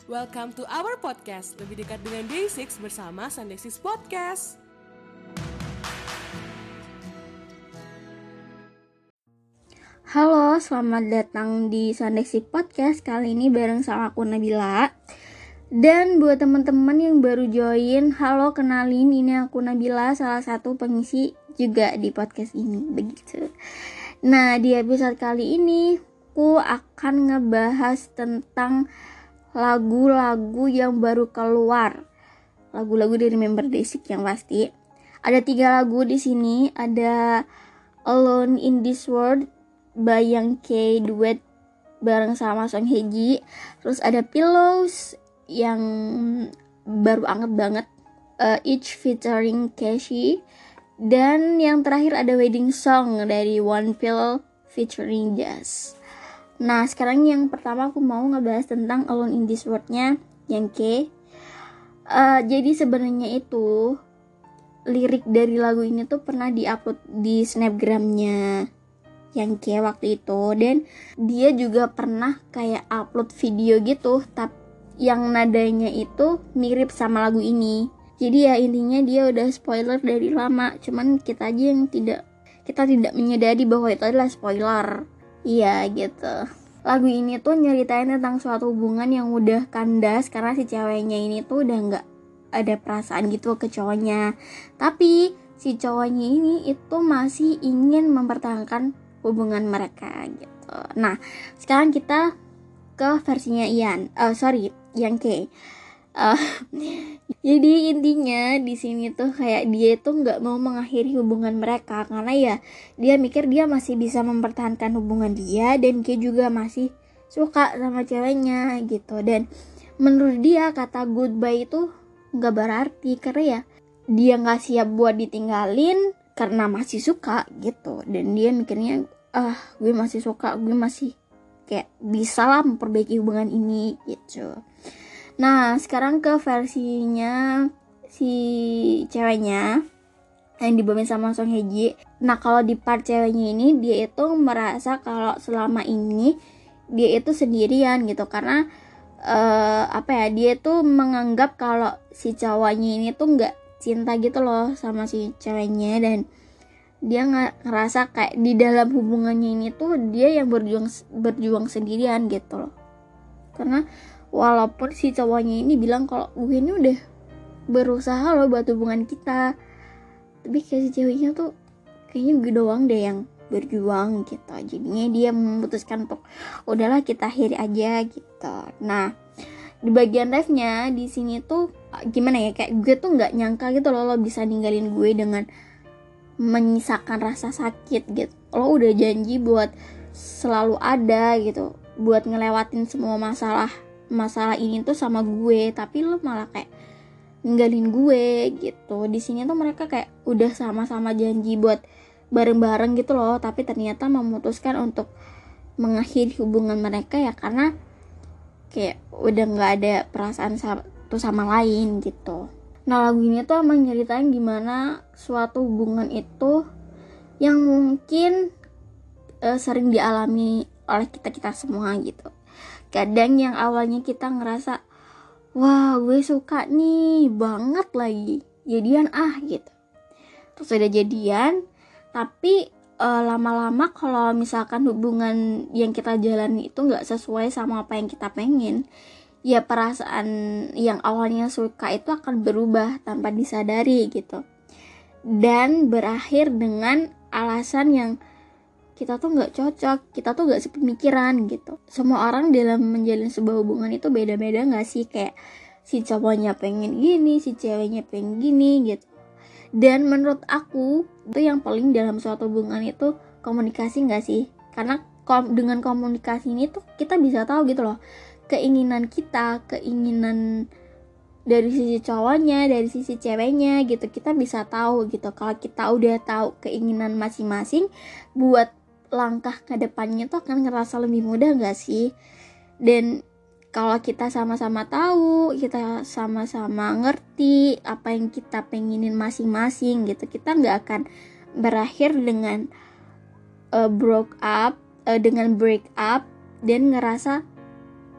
Welcome to our podcast, lebih dekat dengan Day6 bersama Sunday6 Podcast. Halo, selamat datang di Sunday6 Podcast. Kali ini bareng sama aku Nabila. Dan buat teman-teman yang baru join, halo, kenalin, ini aku Nabila, salah satu pengisi juga di podcast ini, begitu. Nah, di episode kali ini aku akan ngebahas tentang lagu-lagu yang baru keluar. Lagu-lagu dari member Day6 yang pasti. Ada 3 lagu di sini, ada Alone in This World by Yang K duet bareng sama Song Hye Ji. Terus ada Pillows yang baru anget banget, Each featuring Casey. Dan yang terakhir ada Wedding Song dari One Pill featuring Jazz. Nah, sekarang yang pertama aku mau ngebahas tentang Alone in This World-nya Yang K. Jadi sebenarnya itu lirik dari lagu ini tuh pernah diupload di snapgramnya Yang K waktu itu, dan dia juga pernah kayak upload video gitu, tapi yang nadanya itu mirip sama lagu ini. Jadi ya intinya dia udah spoiler dari lama, cuman kita aja yang tidak menyadari bahwa itu adalah spoiler. Iya gitu. Lagu ini tuh nyeritain tentang suatu hubungan yang udah kandas karena si ceweknya ini tuh udah gak ada perasaan gitu ke cowoknya. Tapi si cowoknya ini itu masih ingin mempertahankan hubungan mereka gitu. Nah, sekarang kita ke versinya Yang K. Jadi intinya di sini tuh kayak dia tuh nggak mau mengakhiri hubungan mereka karena ya dia mikir dia masih bisa mempertahankan hubungan dia, dan K juga masih suka sama ceweknya gitu. Dan menurut dia kata goodbye itu nggak berarti karena ya dia nggak siap buat ditinggalin karena masih suka gitu. Dan dia mikirnya gue masih suka, gue masih kayak bisa lah memperbaiki hubungan ini gitu. Nah, sekarang ke versinya si ceweknya yang dibawain sama Song Hye Ji. Nah, kalau di part ceweknya ini dia itu merasa kalau selama ini dia itu sendirian gitu karena dia tuh menganggap kalau si cowoknya ini tuh nggak cinta gitu loh sama si ceweknya, dan dia ngerasa kayak di dalam hubungannya ini tuh dia yang berjuang sendirian gitu loh. Karena walaupun si cowoknya ini bilang kalau gue ini udah berusaha loh buat hubungan kita, tapi kayak si ceweknya tuh kayaknya gue doang deh yang berjuang gitu. Jadinya dia memutuskan untuk udahlah kita akhiri aja gitu. Nah, di bagian refnya di sini tuh gimana ya, kayak gue tuh nggak nyangka gitu loh lo bisa ninggalin gue dengan menyisakan rasa sakit gitu. Lo udah janji buat selalu ada gitu, buat ngelewatin semua masalah ini tuh sama gue, tapi lo malah kayak ninggalin gue gitu. Di sini tuh mereka kayak udah sama-sama janji buat bareng-bareng gitu loh, tapi ternyata memutuskan untuk mengakhiri hubungan mereka ya karena kayak udah nggak ada perasaan satu sama lain gitu. Nah, lagu ini tuh emang nyeritain gimana suatu hubungan itu yang mungkin sering dialami oleh kita semua gitu. Kadang yang awalnya kita ngerasa wah gue suka nih banget lagi, jadian gitu. Terus udah jadian, tapi lama-lama kalau misalkan hubungan yang kita jalani itu gak sesuai sama apa yang kita pengen, ya perasaan yang awalnya suka itu akan berubah tanpa disadari gitu. Dan berakhir dengan alasan yang kita tuh gak cocok, kita tuh gak sepemikiran gitu. Semua orang dalam menjalin sebuah hubungan itu beda-beda gak sih? Kayak si cowoknya pengen gini, si ceweknya pengen gini gitu. Dan menurut aku itu yang paling dalam suatu hubungan itu komunikasi gak sih? Karena dengan komunikasi ini tuh kita bisa tahu gitu loh, keinginan kita, keinginan dari sisi cowoknya, dari sisi ceweknya gitu. Kita bisa tahu gitu. Kalau kita udah tahu keinginan masing-masing, buat langkah ke depannya tuh akan ngerasa lebih mudah gak sih? Dan kalau kita sama-sama tahu, kita sama-sama ngerti apa yang kita pengenin masing-masing gitu, kita gak akan berakhir dengan break up dan ngerasa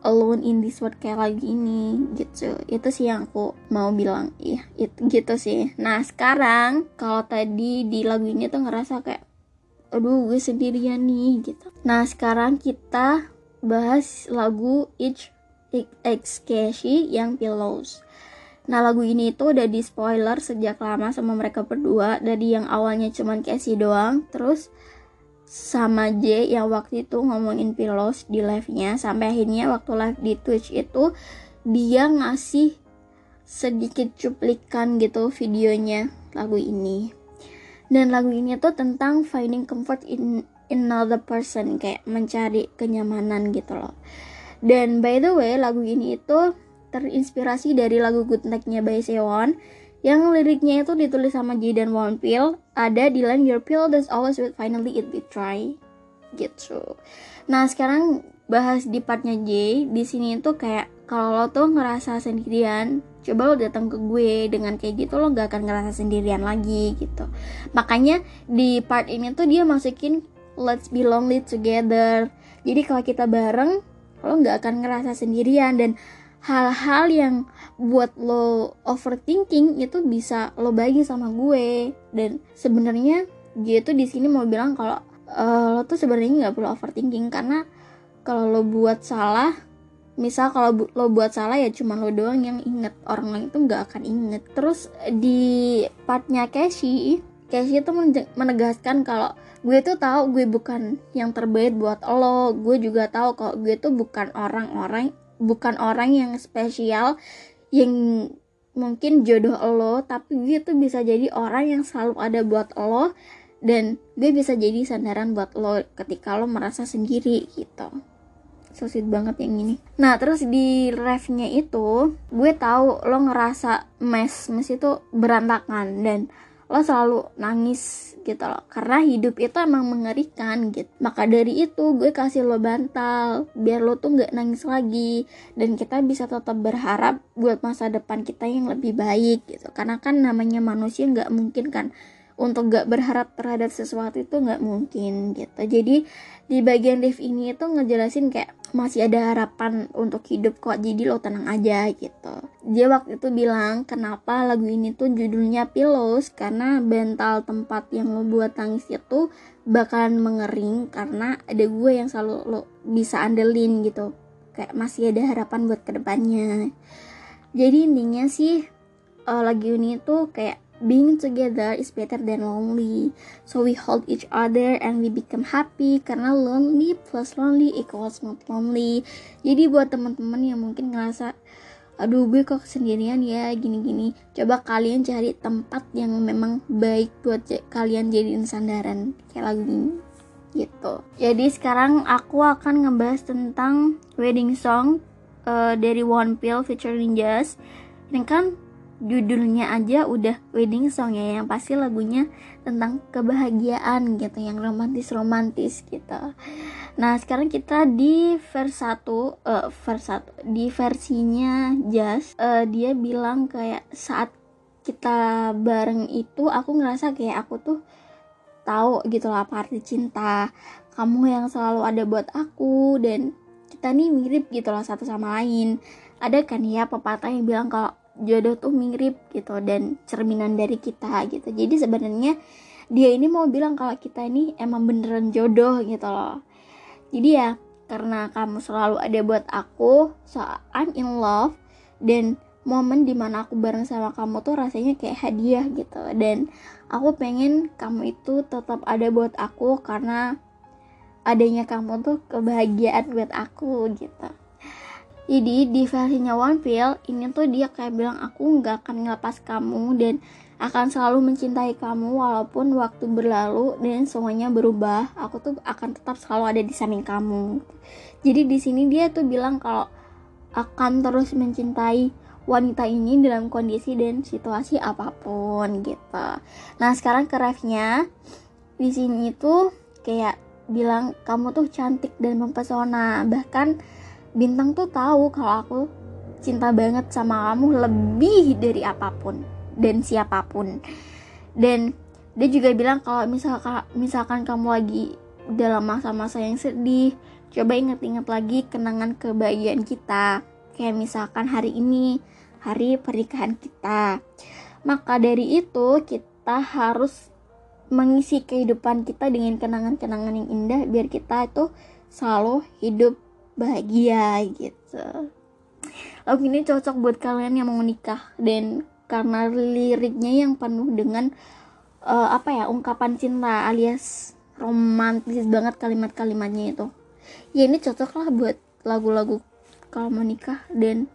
alone in this world kayak lagi ini gitu. Itu sih yang aku mau bilang, iya itu gitu sih. Nah sekarang kalau tadi di lagu ini tuh ngerasa kayak aduh gue sendirian nih gitu. Nah sekarang kita bahas lagu Each X Casey yang Pillows. Nah lagu ini tuh udah di spoiler sejak lama sama mereka berdua. Dari yang awalnya cuman Casey doang, terus sama J yang waktu itu ngomongin Pillows di live-nya, sampai akhirnya waktu live di Twitch itu dia ngasih sedikit cuplikan gitu videonya lagu ini. Dan lagu ini tuh tentang finding comfort in another person, kayak mencari kenyamanan gitu loh. Dan by the way lagu ini itu terinspirasi dari lagu Good Night-nya by Sewon yang liriknya itu ditulis sama J dan Wonpil. Ada di line your pill does always will finally it be try gitu. Nah sekarang bahas di partnya J. Di sini tuh kayak kalau lo tuh ngerasa sendirian, coba lo datang ke gue, dengan kayak gitu lo gak akan ngerasa sendirian lagi gitu. Makanya di part ini tuh dia masukin let's be lonely together. Jadi kalau kita bareng, lo gak akan ngerasa sendirian. Dan hal-hal yang buat lo overthinking itu bisa lo bagi sama gue. Dan sebenarnya dia tuh di sini mau bilang kalau lo tuh sebenarnya nggak perlu overthinking, karena kalau lo buat salah, misal kalau lo buat salah ya cuma lo doang yang inget, orang lain itu nggak akan inget. Terus di partnya Casey itu menegaskan kalau gue tuh tahu gue bukan yang terbaik buat lo. Gue juga tahu kalau gue tuh bukan orang yang spesial yang mungkin jodoh lo, tapi gue tuh bisa jadi orang yang selalu ada buat lo, dan gue bisa jadi sandaran buat lo ketika lo merasa sendiri gitu. So sweet banget yang ini. Nah terus di ref-nya itu gue tahu lo ngerasa mess itu berantakan dan lo selalu nangis gitu loh, karena hidup itu emang mengerikan gitu. Maka dari itu gue kasih lo bantal biar lo tuh gak nangis lagi, dan kita bisa tetap berharap buat masa depan kita yang lebih baik gitu. Karena kan namanya manusia gak mungkin kan untuk gak berharap terhadap sesuatu, itu gak mungkin gitu. Jadi di bagian live ini itu ngejelasin kayak masih ada harapan untuk hidup kok, jadi lo tenang aja gitu. Dia waktu itu bilang kenapa lagu ini tuh judulnya Pillows, karena bantal tempat yang lo buat tangis itu bakalan mengering karena ada gue yang selalu lo bisa andelin gitu. Kayak masih ada harapan buat kedepannya. Jadi intinya sih lagu ini tuh kayak being together is better than lonely, so we hold each other and we become happy, karena lonely plus lonely equals not lonely. Jadi buat teman-teman yang mungkin ngerasa aduh gue kok sendirian ya gini-gini, coba kalian cari tempat yang memang baik buat kalian jadiin sandaran kayak lagu ini gitu. Jadi sekarang aku akan ngebahas tentang wedding song dari Wonpil featuring Jazz. Ini kan judulnya aja udah wedding song ya, yang pasti lagunya tentang kebahagiaan gitu, yang romantis gitu. Nah sekarang kita di verse 1 di versinya Jazz. Dia bilang kayak saat kita bareng itu aku ngerasa kayak aku tuh tahu gitu lah apa arti cinta, kamu yang selalu ada buat aku, dan kita nih mirip gitu lah satu sama lain. Ada kan ya pepatah yang bilang kalau jodoh tuh mirip gitu dan cerminan dari kita gitu. Jadi sebenarnya dia ini mau bilang kalau kita ini emang beneran jodoh gitu loh. Jadi ya karena kamu selalu ada buat aku, so I'm in love, dan momen dimana aku bareng sama kamu tuh rasanya kayak hadiah gitu. Dan aku pengen kamu itu tetap ada buat aku, karena adanya kamu tuh kebahagiaan buat aku gitu. Jadi di versinya Wonpil ini tuh dia kayak bilang aku gak akan ngelepas kamu dan akan selalu mencintai kamu walaupun waktu berlalu dan semuanya berubah. Aku tuh akan tetap selalu ada di samping kamu. Jadi di sini dia tuh bilang kalau akan terus mencintai wanita ini dalam kondisi dan situasi apapun gitu. Nah sekarang ke refnya di sini tuh kayak bilang kamu tuh cantik dan mempesona, bahkan bintang tuh tahu kalau aku cinta banget sama kamu lebih dari apapun dan siapapun. Dan dia juga bilang kalau misalkan kamu lagi dalam masa-masa yang sedih, coba ingat-ingat lagi kenangan kebahagiaan kita. Kayak misalkan hari ini, hari pernikahan kita. Maka dari itu kita harus mengisi kehidupan kita dengan kenangan-kenangan yang indah biar kita itu selalu hidup bahagia gitu. Lagu ini cocok buat kalian yang mau nikah, dan karena liriknya yang penuh dengan ungkapan cinta alias romantis banget kalimat-kalimatnya itu. Ya ini cocok lah buat lagu-lagu kalau mau nikah. Dan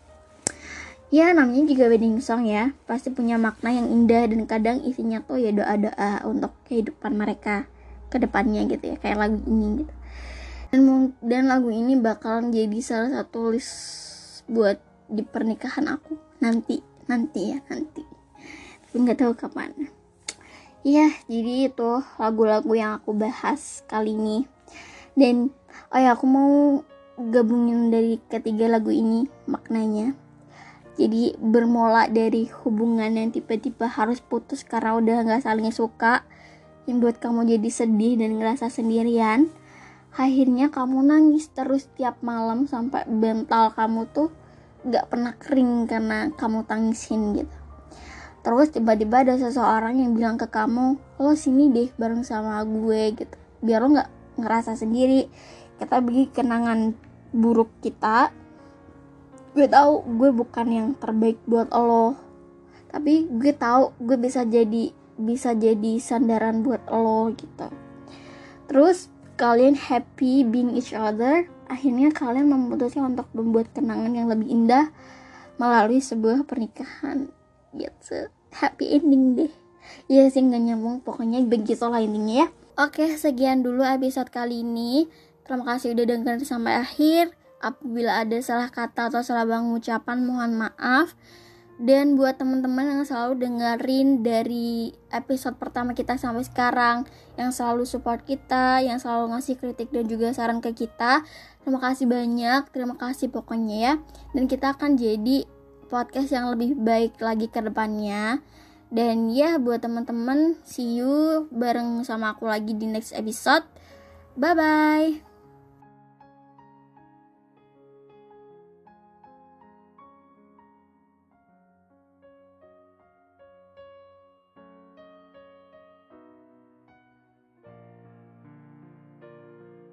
ya namanya juga wedding song ya, pasti punya makna yang indah dan kadang isinya tuh ya doa-doa untuk kehidupan mereka ke depannya gitu ya, kayak lagu ini gitu. Dan lagu ini bakalan jadi salah satu list buat di pernikahan aku nanti. Tapi nggak tahu kapan. Ya, jadi itu lagu-lagu yang aku bahas kali ini. Dan aku mau gabungin dari ketiga lagu ini maknanya. Jadi bermula dari hubungan yang tiba-tiba harus putus karena udah gak saling suka, yang buat kamu jadi sedih dan ngerasa sendirian. Akhirnya kamu nangis terus tiap malam sampai bantal kamu tuh gak pernah kering karena kamu tangisin gitu. Terus tiba-tiba ada seseorang yang bilang ke kamu, lo sini deh bareng sama gue gitu, biar lo gak ngerasa sendiri. Kita bagi kenangan buruk kita. Gue tahu gue bukan yang terbaik buat lo, tapi gue tahu gue bisa jadi sandaran buat lo gitu. Terus kalian happy being each other. Akhirnya kalian memutuskan untuk membuat kenangan yang lebih indah melalui sebuah pernikahan gitu. Happy ending deh. Ya sih gak nyambung, pokoknya begitulah intinya ya. Oke, sekian dulu episode kali ini. Terima kasih udah dengerin sampai akhir. Apabila ada salah kata atau salah ucapan, mohon maaf. Dan buat teman-teman yang selalu dengerin dari episode pertama kita sampai sekarang, yang selalu support kita, yang selalu ngasih kritik dan juga saran ke kita, terima kasih banyak. Terima kasih pokoknya ya. Dan kita akan jadi podcast yang lebih baik lagi ke depannya. Dan ya buat teman-teman, see you bareng sama aku lagi di next episode. Bye bye.